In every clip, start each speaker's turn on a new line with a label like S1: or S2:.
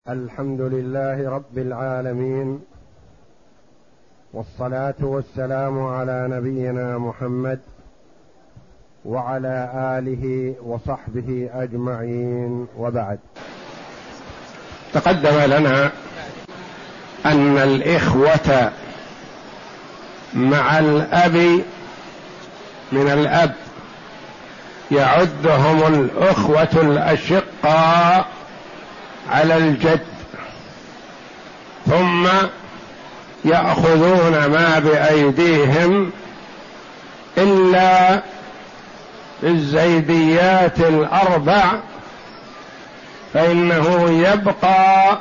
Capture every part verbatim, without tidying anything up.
S1: الحمد لله رب العالمين، والصلاة والسلام على نبينا محمد وعلى آله وصحبه أجمعين، وبعد. تقدم لنا أن الإخوة مع الأب من الأب يعدهم الأخوة الأشقاء على الجد، ثم يأخذون ما بأيديهم إلا الزيديات الأربع، فإنه يبقى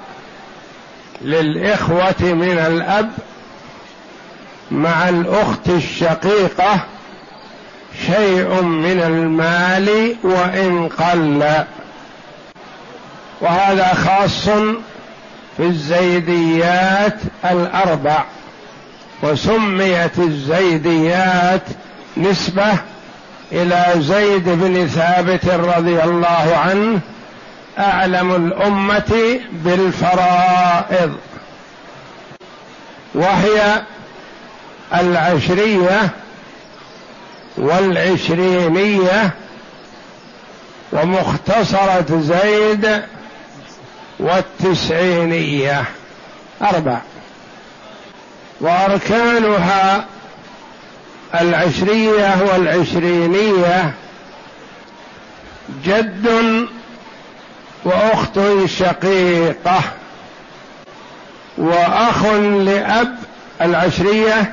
S1: للإخوة من الأب مع الأخت الشقيقة شيء من المال وإن قل، وهذا خاص في الزيديات الأربع، وسميت الزيديات نسبة إلى زيد بن ثابت رضي الله عنه أعلم الأمة بالفرائض، وهي العشرية والعشرينية ومختصرة زيد والتسعينية، أربع. وأركانها العشرية والعشرينية جد وأخت شقيقة وأخ لأب العشرية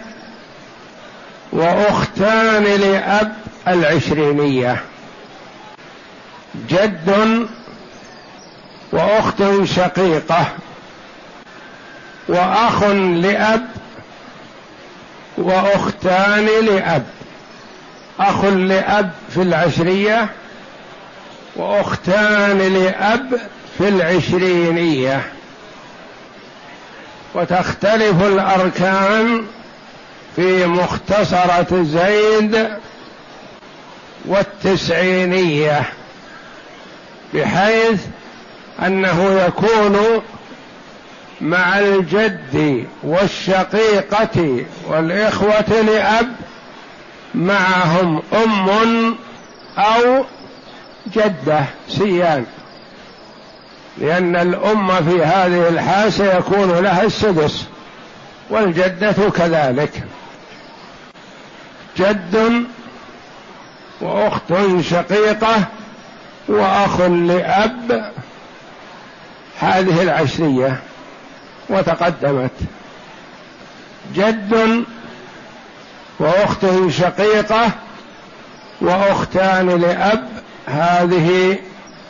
S1: وأختان لأب العشرينية، جد وأخت شقيقة وأخ لأب وأختان لأب، أخ لأب في العشرية وأختان لأب في العشرينية. وتختلف الأركان في مختصرة زيد والتسعينية، بحيث أنه يكون مع الجد والشقيقة والإخوة لأب معهم أم أو جدة سيان، لأن الأم في هذه الحاسة يكون لها السدس والجدة كذلك، جد وأخت شقيقة وأخ لأب، هذه العشرية وتقدمت، جد وأخت شقيقة وأختان لأب، هذه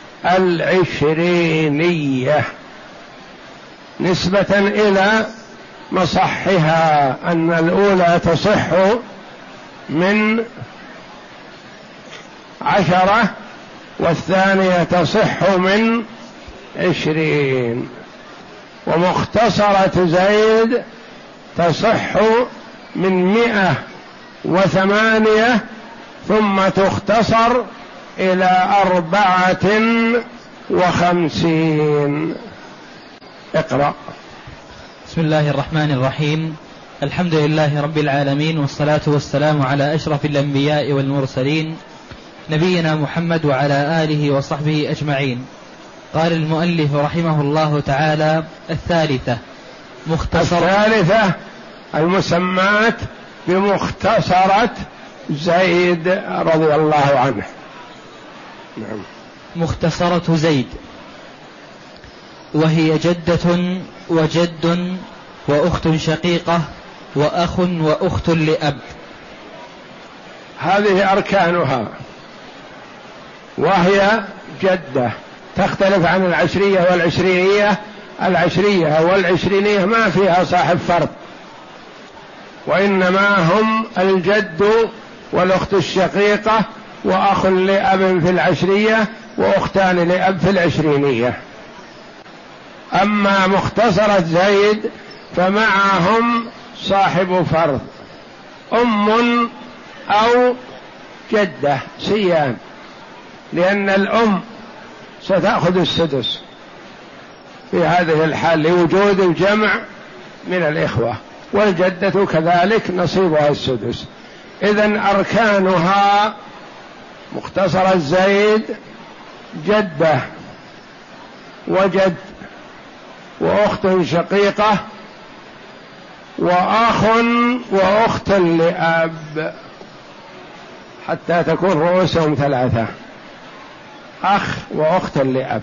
S1: العشرينية، نسبة إلى مصحها أن الأولى تصح من عشرة والثانية تصح من عشرين. ومختصرة زيد تصح من مئة وثمانية ثم تختصر إلى أربعة وخمسين. اقرأ.
S2: بسم الله الرحمن الرحيم. الحمد لله رب العالمين، والصلاة والسلام على أشرف الأنبياء والمرسلين نبينا محمد وعلى آله وصحبه أجمعين. قال المؤلف رحمه الله تعالى: الثالثة مختصر
S1: الثالثة المسمات بمختصرة زيد رضي الله عنه. نعم.
S2: مختصرة زيد، وهي جدة وجد وأخت شقيقة وأخ وأخت لأب،
S1: هذه أركانها، وهي جدة، تختلف عن العشرية والعشرينية. العشرية والعشرينية ما فيها صاحب فرض، وإنما هم الجد والأخت الشقيقة وأخ لأب في العشرية وأختان لأب في العشرينية. أما مختصرة زيد فمعهم صاحب فرض، أم أو جدة سيان، لأن الأم ستأخذ السدس في هذه الحال لوجود الجمع من الإخوة، والجدة كذلك نصيبها السدس. إذن أركانها مختصر الزيد جدة وجد وأخت شقيقة وأخ وأخت لأب حتى تكون رؤوسهم ثلاثة، أخ وأخت لأب.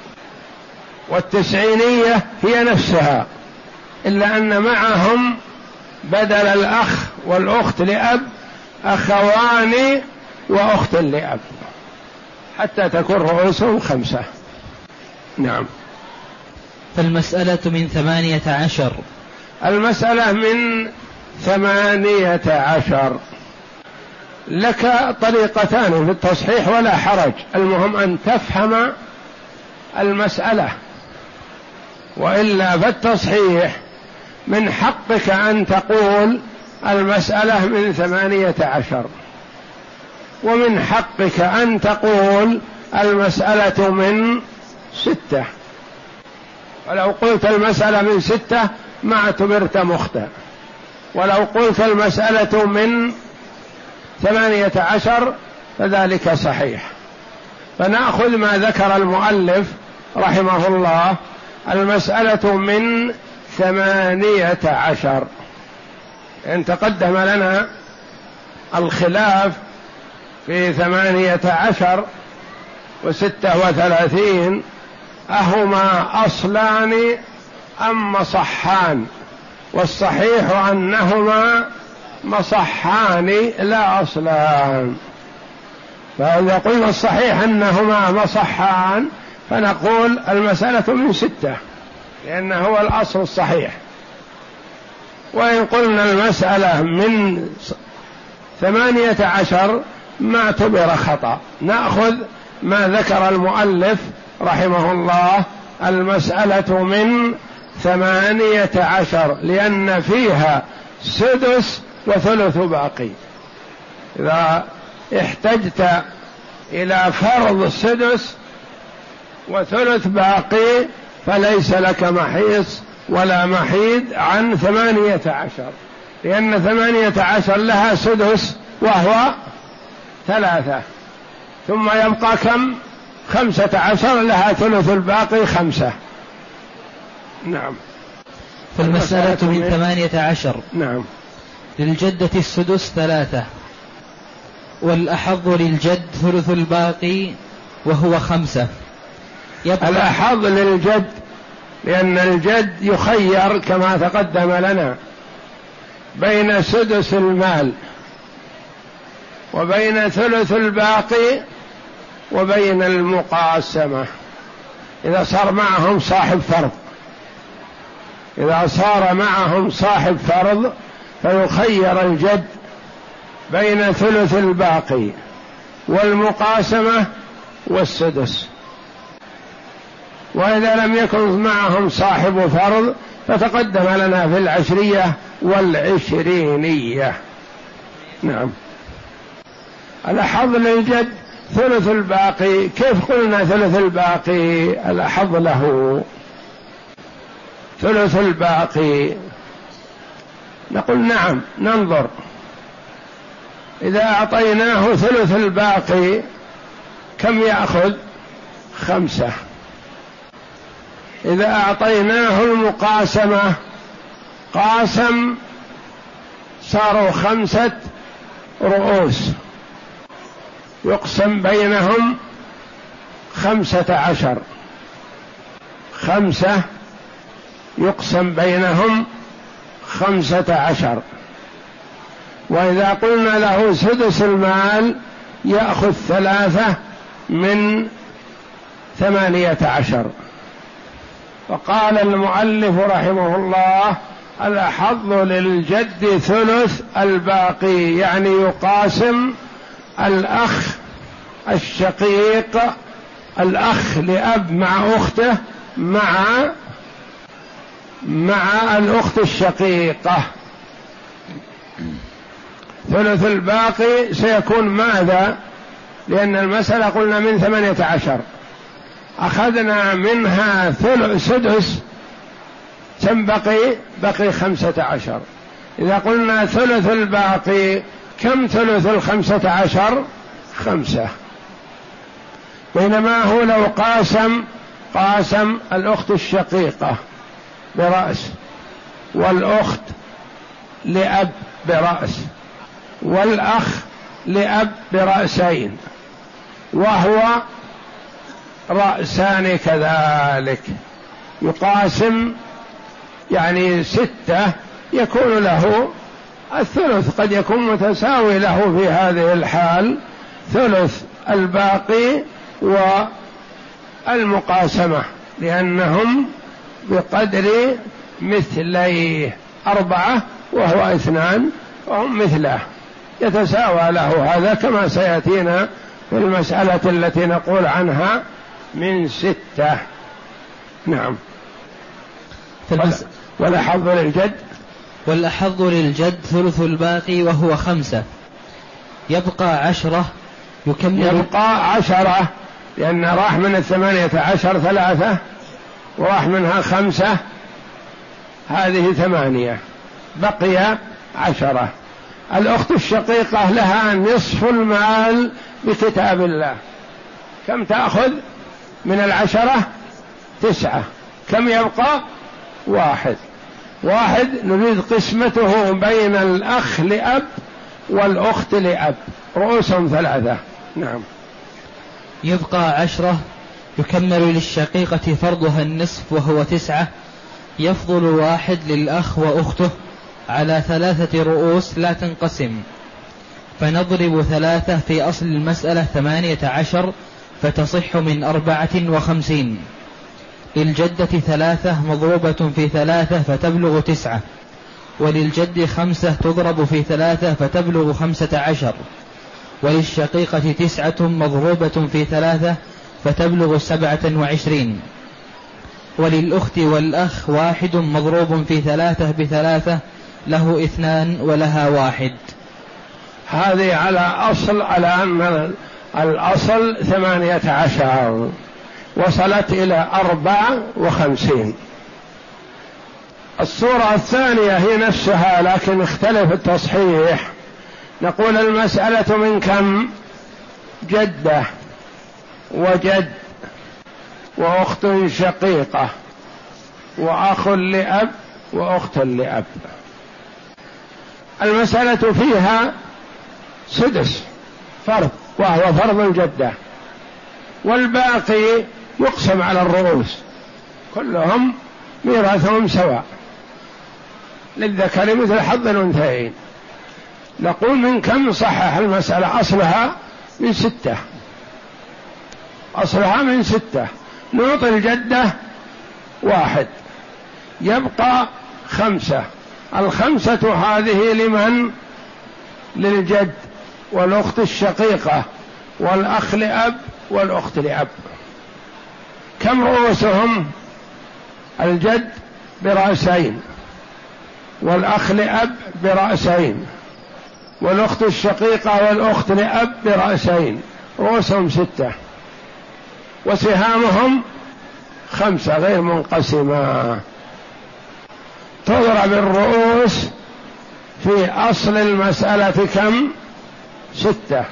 S1: والتسعينية هي نفسها إلا أن معهم بدل الأخ والأخت لأب أخوان وأخت لأب حتى تكون رؤوسهم خمسة. نعم.
S2: فالمسألة من ثمانية عشر.
S1: المسألة من ثمانية عشر. لك طريقتان في التصحيح ولا حرج، المهم أن تفهم المسألة، وإلا فالتصحيح من حقك أن تقول المسألة من ثمانية عشر، ومن حقك أن تقول المسألة من ستة، ولو قلت المسألة من ستة ما اعتبرت مخطئ، ولو قلت المسألة من ثمانية عشر فذلك صحيح. فنأخذ ما ذكر المؤلف رحمه الله، المسألة من ثمانية عشر. إن تقدم لنا الخلاف في ثمانية عشر وستة وثلاثين أهما أصلان أم مصحان؟ والصحيح أنهما مصحان لا أصلان. فإذا قلنا الصحيح أنهما مصحان فنقول المسألة من ستة لأنه هو الأصل الصحيح. وإن قلنا المسألة من ثمانية عشر ما اعتبر خطأ، نأخذ ما ذكر المؤلف رحمه الله، المسألة من ثمانية عشر لأن فيها سدس وثلث باقي. إذا احتجت إلى فرض السدس وثلث باقي فليس لك محيص ولا محيد عن ثمانية عشر، لأن ثمانية عشر لها سدس وهو ثلاثة، ثم يبقى كم؟ خمسة عشر لها ثلث الباقي خمسة. نعم.
S2: فالمسألة من ثمانية عشر.
S1: نعم.
S2: للجدة السدس ثلاثة، والأحظ للجد ثلث الباقي وهو خمسة.
S1: الأحظ للجد لأن الجد يخير كما تقدم لنا بين سدس المال وبين ثلث الباقي وبين المقاسمة. إذا صار معهم صاحب فرض إذا صار معهم صاحب فرض فيخير الجد بين ثلث الباقي والمقاسمة والسدس. وإذا لم يكن معهم صاحب فرض فتقدم لنا في العشرية والعشرينية. نعم. الأحظ للجد ثلث الباقي. كيف قلنا ثلث الباقي؟ الأحظ له ثلث الباقي. نقول نعم، ننظر. إذا أعطيناه ثلث الباقي كم يأخذ؟ خمسة. إذا أعطيناه المقاسمة قاسم صاروا خمسة رؤوس يقسم بينهم خمسة عشر. خمسة يقسم بينهم خمسة عشر. وإذا قلنا له سدس المال يأخذ ثلاثة من ثمانية عشر. فقال المؤلف رحمه الله الأحظ للجد ثلث الباقي، يعني يقاسم الأخ الشقيق الأخ لأب مع أخته مع مع الأخت الشقيقة. ثلث الباقي سيكون ماذا؟ لأن المسألة قلنا من ثمانية عشر، أخذنا منها ثلث سدس كم بقي؟ بقي خمسة عشر. إذا قلنا ثلث الباقي كم ثلث الخمسة عشر؟ خمسة. بينما هو لو قاسم قاسم الأخت الشقيقة برأس، والأخت لأب برأس، والأخ لأب برأسين، وهو رأسان كذلك، يقاسم يعني ستة يكون له الثلث، قد يكون متساوي له في هذه الحال ثلث الباقي والمقاسمة، لأنهم بقدر مثليه، أربعة وهو اثنان وهم مثله، يتساوى له هذا كما سيأتينا في المسألة التي نقول عنها من ستة. نعم.
S2: فالمس...
S1: والأحظ للجد
S2: والأحظ للجد ثلث الباقي وهو خمسة، يبقى عشرة يكمل.
S1: يبقى عشرة لأن راح من الثمانية عشر ثلاثة وراح منها خمسة، هذه ثمانية، بقي عشرة. الأخت الشقيقة لها نصف المال بكتاب الله، كم تأخذ من العشرة؟ تسعة. كم يبقى؟ واحد. واحد نريد قسمته بين الأخ لأب والأخت لأب، رؤوسهم ثلاثة. نعم.
S2: يبقى عشرة يكمل للشقيقة فرضها النصف وهو تسعة، يفضل واحد للأخ وأخته على ثلاثة رؤوس لا تنقسم، فنضرب ثلاثة في أصل المسألة ثمانية عشر فتصح من أربعة وخمسين. للجدة ثلاثة مضروبة في ثلاثة فتبلغ تسعة، وللجد خمسة تضرب في ثلاثة فتبلغ خمسة عشر، وللشقيقة تسعة مضروبة في ثلاثة فتبلغ سبعة وعشرين، وللأخت والأخ واحد مضروب في ثلاثة بثلاثة له اثنان ولها واحد.
S1: هذه على أصل، على أن الأصل ثمانية عشر وصلت إلى أربعة وخمسين. الصورة الثانية هي نفسها لكن اختلف التصحيح. نقول المسألة من كم؟ جدة وجد وأخت شقيقة وأخ لأب وأخت لأب. المسألة فيها سدس فرض وهو فرض الجدة، والباقي يقسم على الرؤوس، كلهم ميراثهم سواء، للذكر مثل حظ الأنثيين. نقول من كم صحح المسألة؟ أصلها من ستة، أصلها من ستة، نعطي الجدة واحد، يبقى خمسة. الخمسة هذه لمن؟ للجد والأخت الشقيقة والأخ لأب والأخت لأب. كم رؤوسهم؟ الجد برأسين، والأخ لأب برأسين، والأخت الشقيقة والأخت لأب برأسين، رؤوسهم ستة، وسهامهم خمسة غير منقسمة. تضرب الرؤوس في أصل المسألة كم؟ ستة.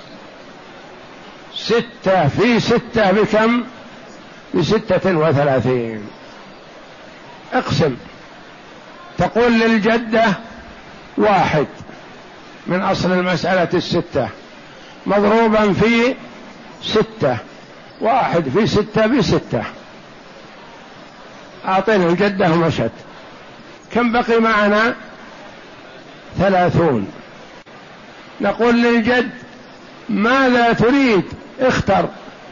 S1: ستة في ستة بكم؟ بستة وثلاثين. اقسم. تقول للجدة واحد من أصل المسألة الستة مضروبا في ستة، واحد في ستة بستة، أعطينا الجدة ومشت. كم بقي معنا؟ ثلاثون. نقول للجد ماذا تريد؟ اختر،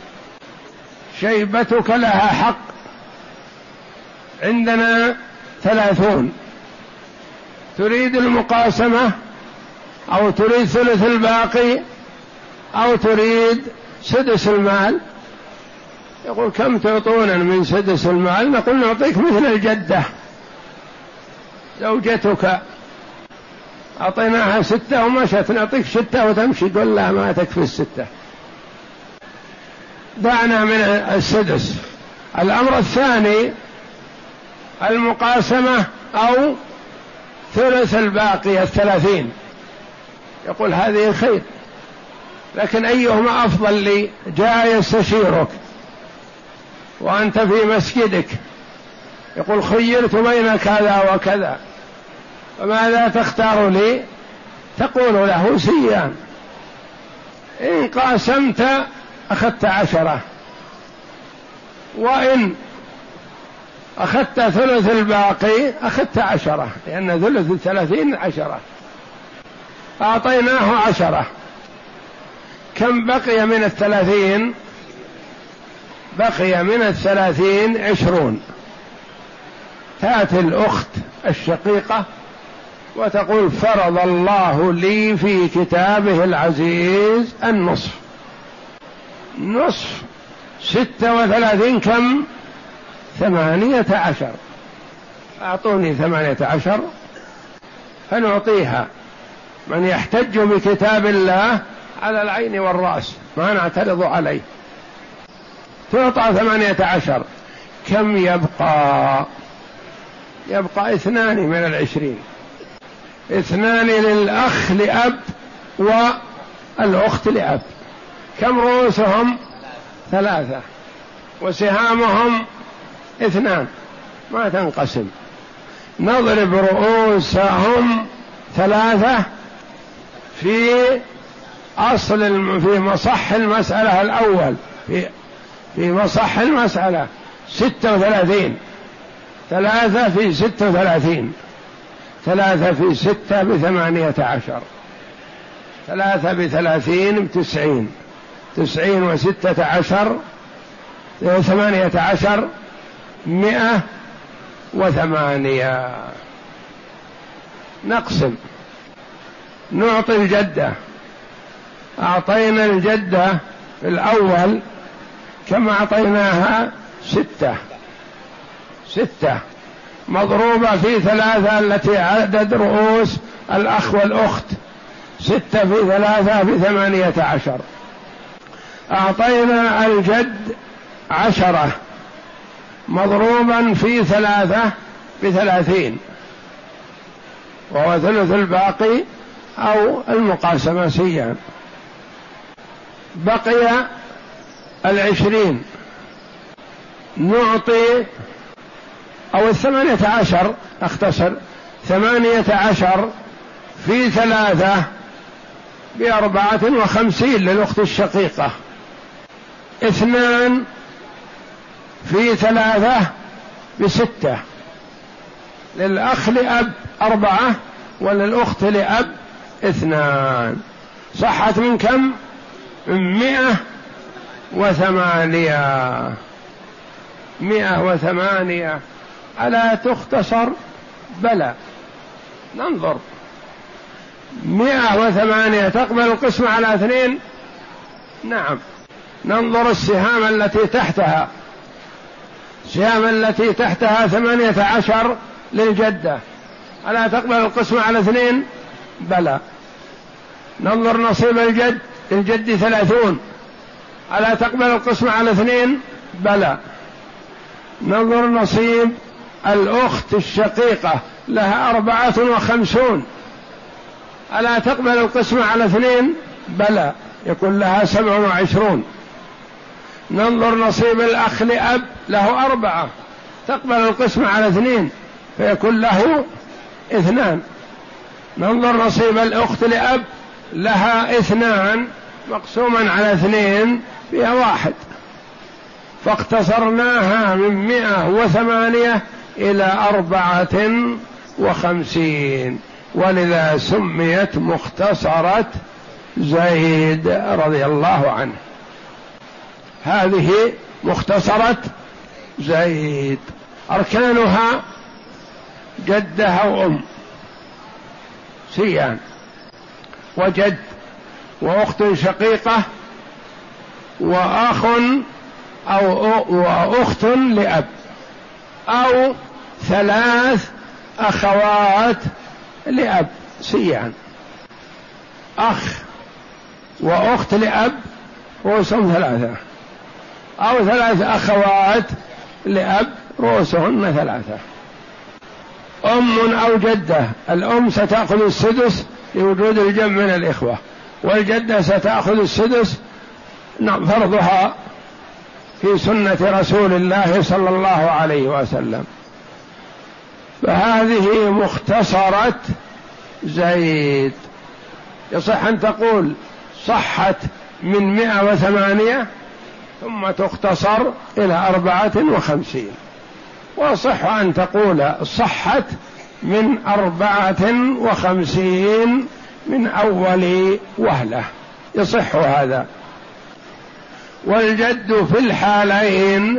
S1: شيبتك لها حق، عندنا ثلاثون، تريد المقاسمة أو تريد ثلث الباقي أو تريد سدس المال؟ يقول كم تعطونا من سدس المال؟ نقول نعطيك مثل الجدة، زوجتك أعطيناها ستة ومشت، نعطيك ستة وتمشي. تقول لا ما تكفي الستة، دعنا من السدس، الأمر الثاني المقاسمة أو ثلث الباقي الثلاثين، يقول هذه خير، لكن أيهما أفضل لي؟ جاء يستشيرك وأنت في مسجدك، يقول خيرت بين كذا وكذا، فماذا تختار لي؟ تقول له سيان، إن قاسمت أخذت عشرة، وإن أخذت ثلث الباقي أخذت عشرة، لأن ثلث الثلاثين عشرة، أعطيناه عشرة. كم بقي من الثلاثين؟ بقي من الثلاثين عشرون. تأتي الأخت الشقيقة وتقول فرض الله لي في كتابه العزيز النصف. نصف ستة وثلاثين كم؟ ثمانية عشر. أعطوني ثمانية عشر فنعطيها. من يحتج بكتاب الله على العين والرأس، ما نعترض عليه. تعطى ثمانية عشر. كم يبقى؟ يبقى اثنان من العشرين، اثنان للأخ لأب والأخت لأب. كم رؤوسهم؟ ثلاثة، وسهامهم اثنان، ما تنقسم. نضرب رؤوسهم ثلاثة في أصل الم... في مصح المسألة الأول، في في مصح المسألة ستة وثلاثين. ثلاثة في ستة وثلاثين، ثلاثة في ستة بثمانية عشر، ثلاثة بثلاثين بتسعين، تسعين وستة عشر ثمانية عشر، مئة وثمانية. نقسم، نعطي الجدة. أعطينا الجدة الأول كم أعطيناها؟ ستة، ستة مضروبة في ثلاثة التي عدد رؤوس الأخ والأخت، ستة في ثلاثة بثمانية عشر. أعطينا الجد عشرة مضروبا في ثلاثة بثلاثين، وهو ثلث الباقي أو المقاسمة سيان. بقي العشرين، نعطي أو الثمانية عشر، اختصر، ثمانية عشر في ثلاثة بأربعة وخمسين للأخت الشقيقة، اثنان في ثلاثة بستة، للأخ لأب أربعة وللأخت لأب اثنان. صحت من كم؟ من مئة وثمانية. مئة وثمانية. ألا تختصر؟ بلى. ننظر. مئة وثمانية تقبل القسمة على اثنين؟ نعم. ننظر السهام التي تحتها. السهام التي تحتها ثمانية عشر للجدة، ألا تقبل القسمة على اثنين؟ بلى. ننظر نصيب الجد، الجد ثلاثون، ألا تقبل القسمة على اثنين؟ بلى. ننظر نصيب الأخت الشقيقة، لها أربعة وخمسون، ألا تقبل القسمة على اثنين؟ بلى، يكون لها سبع وعشرون. ننظر نصيب الأخ لأب، له أربعة، تقبل القسمة على اثنين فيكون له اثنان. ننظر نصيب الأخت لأب، لها اثنان مقسوما على اثنين فيها واحد، فاقتصرناها من مئة وثمانية إلى أربعة وخمسين، ولذا سميت مختصرة زيد رضي الله عنه. هذه مختصرة زيد. أركانها جدة وأم سيان، وجد، وأخت شقيقة، وأخ أو وأخت لأب، أو ثلاث أخوات لأب سيان. أخ وأخت لأب رؤوسهم ثلاثة، أو ثلاث أخوات لأب رؤوسهن ثلاثة. أم أو جدة، الأم ستأخذ السدس لوجود الجمع من الإخوة، والجدة ستأخذ السدس فرضها في سنة رسول الله صلى الله عليه وسلم. فهذه مختصرة زيد. يصح أن تقول صحت من مئة وثمانية ثم تختصر إلى أربعة وخمسين، وصح أن تقول صحت من أربعة وخمسين من أول وهلة، يصح هذا. والجد في الحالين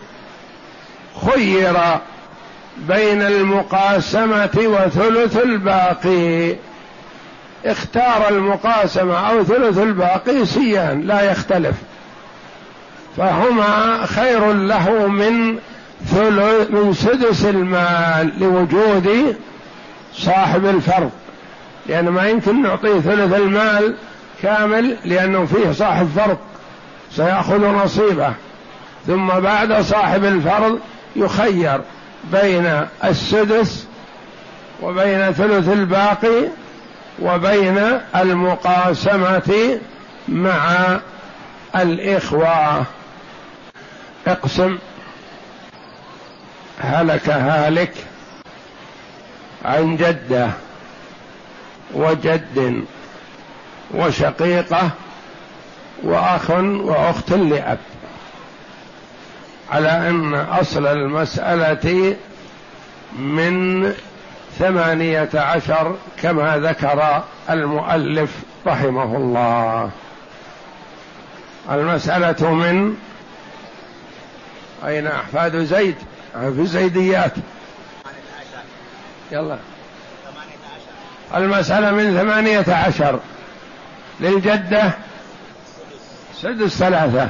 S1: خير بين المقاسمة وثلث الباقي، اختار المقاسمة أو ثلث الباقي سيان لا يختلف، فهما خير له من ثلث من سدس المال لوجود صاحب الفرض، لأن ما يمكن نعطيه ثلث المال كامل لأنه فيه صاحب فرض سيأخذ نصيبه، ثم بعد صاحب الفرض يخير بين السدس وبين ثلث الباقي وبين المقاسمة مع الإخوة. اقسم. هلك هالك عن جدة وجد وشقيقة وأخ وأخت لأب، على أن أصل المسألة من ثمانية عشر كما ذكر المؤلف رحمه الله. المسألة من أين أحفاد زيد؟ في الزيديات. يلا. المسألة من ثمانية عشر. للجدة سدس ثلاثة،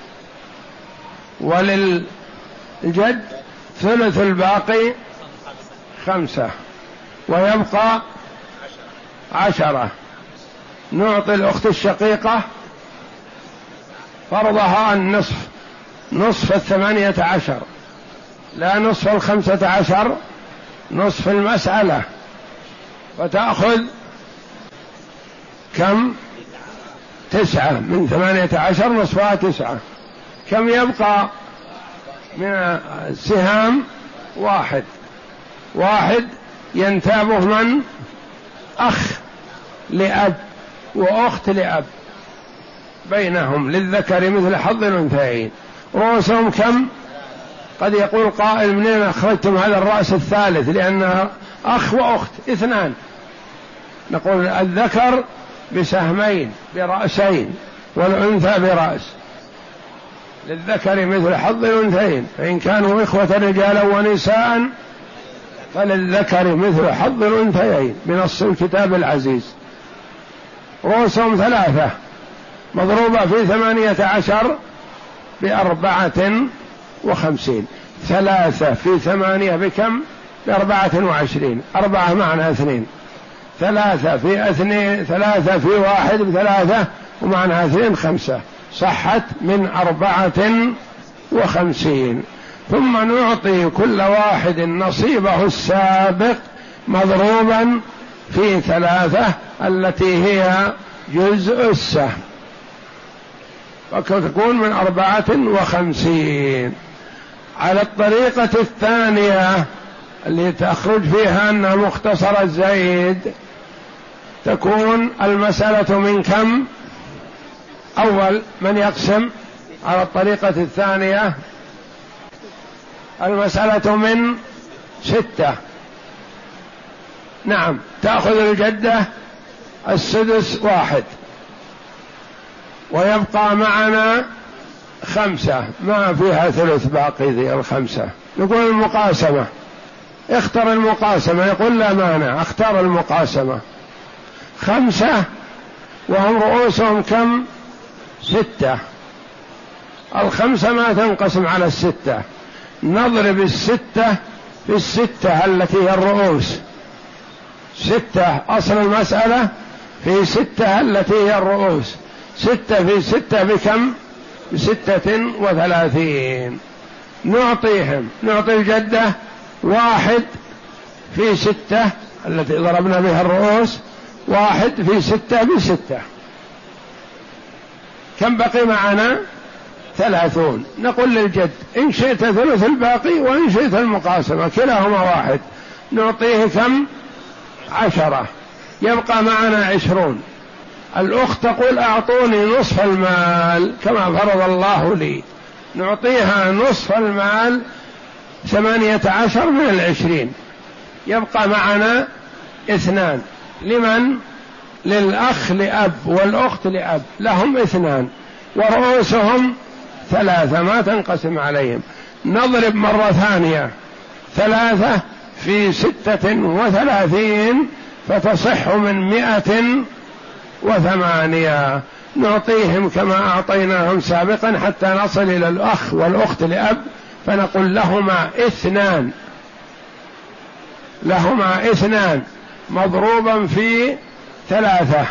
S1: وللجد ثلث الباقي خمسة، ويبقى عشرة. نعطي الأخت الشقيقة فرضها النصف، نصف الثمانية عشر، لا نصف الخمسة عشر، نصف المسألة، فتأخذ كم؟ تسعة. من ثمانية عشر نصفها تسعة. كم يبقى من السهام؟ واحد. واحد ينتابه من؟ أخ لأب وأخت لأب، بينهم للذكر مثل حظ الأنثيين. رؤوسهم كم؟ قد يقول قائل منين أخرجتم هذا الرأس الثالث؟ لأنها أخ وأخت اثنان. نقول الذكر بسهمين برأسين والأنثى برأس، للذكر مثل حظ الأنثيين، فإن كانوا إخوة رجالا ونساء فللذكر مثل حظ الأنثيين بنص الكتاب العزيز. رؤوسهم ثلاثة مضروبة في ثمانية عشر بأربعة وخمسين. ثلاثة في ثمانية بكم؟ بأربعة وعشرين. أربعة معنى اثنين. ثلاثة في اثنين، ثلاثة في واحد بثلاثة ومعنى اثنين خمسة. صحت من أربعة وخمسين. ثم نعطي كل واحد نصيبه السابق مضروبا في ثلاثة التي هي جزء السهم، فتكون من أربعة وخمسين. على الطريقة الثانية اللي تخرج فيها أنها مختصرة زيد، تكون المسألة من كم؟ أول من يقسم على الطريقة الثانية المسألة من ستة. نعم، تأخذ الجدة السدس واحد، ويبقى معنا خمسة ما فيها ثلث باقي ذي الخمسة. نقول المقاسمة، اختر المقاسمة. يقول لا مانع، اختار المقاسمة. خمسة وهم رؤوسهم كم؟ ستة. الخمسة ما تنقسم على الستة، نضرب الستة في الستة التي هي الرؤوس. ستة أصل المسألة في ستة التي هي الرؤوس. ستة في ستة بكم؟ بستة وثلاثين. نعطيهم، نعطي الجدة واحد في ستة التي ضربنا بها الرؤوس، واحد في ستة بستة، كم بقي معنا؟ ثلاثون. نقول للجد إن شئت ثلث الباقي وإن شئت المقاسمة، كلاهما واحد، نعطيه كم؟ عشرة، يبقى معنا عشرون. الأخت تقول أعطوني نصف المال كما فرض الله لي، نعطيها نصف المال ثمانية عشر من العشرين، يبقى معنا اثنان. لمن؟ للأخ لأب والأخت لأب، لهم اثنان ورؤوسهم ثلاثة ما تنقسم عليهم. نضرب مرة ثانية ثلاثة في ستة وثلاثين فتصح من مئة وثمانية، نعطيهم كما أعطيناهم سابقا حتى نصل إلى الأخ والأخت لأب، فنقول لهما اثنان، لهما اثنان مضروبا في ثلاثة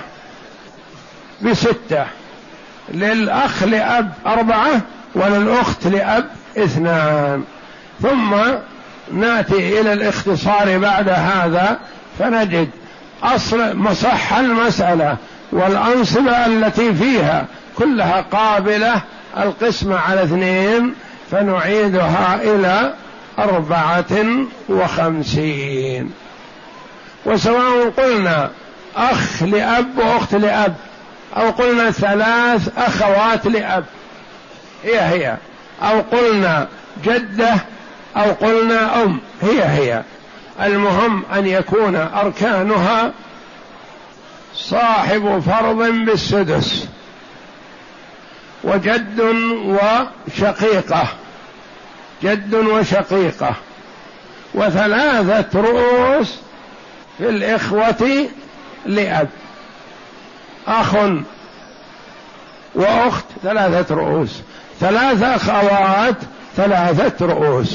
S1: بستة، للأخ لأب أربعة وللأخت لأب اثنان. ثم نأتي إلى الاختصار بعد هذا فنجد أصل مصح المسألة والأنصبة التي فيها كلها قابلة القسمة على اثنين، فنعيدها إلى أربعة وخمسين. وسواء قلنا أخ لأب وأخت لأب أو قلنا ثلاث أخوات لأب هي هي، أو قلنا جدة أو قلنا أم هي هي، المهم أن يكون أركانها صاحب فرض بالسدس وجد وشقيقة، جد وشقيقة، وثلاثة رؤوس في الإخوة لأب، أخ وأخت ثلاثة رؤوس، ثلاثة أخوات ثلاثة رؤوس.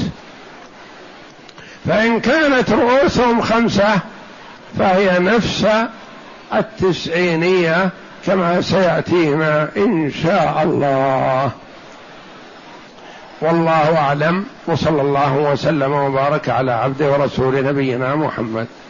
S1: فإن كانت رؤوسهم خمسة فهي نفس التسعينية كما سيأتينا إن شاء الله. والله أعلم، وصلى الله وسلم وبارك على عبده ورسول نبينا محمد.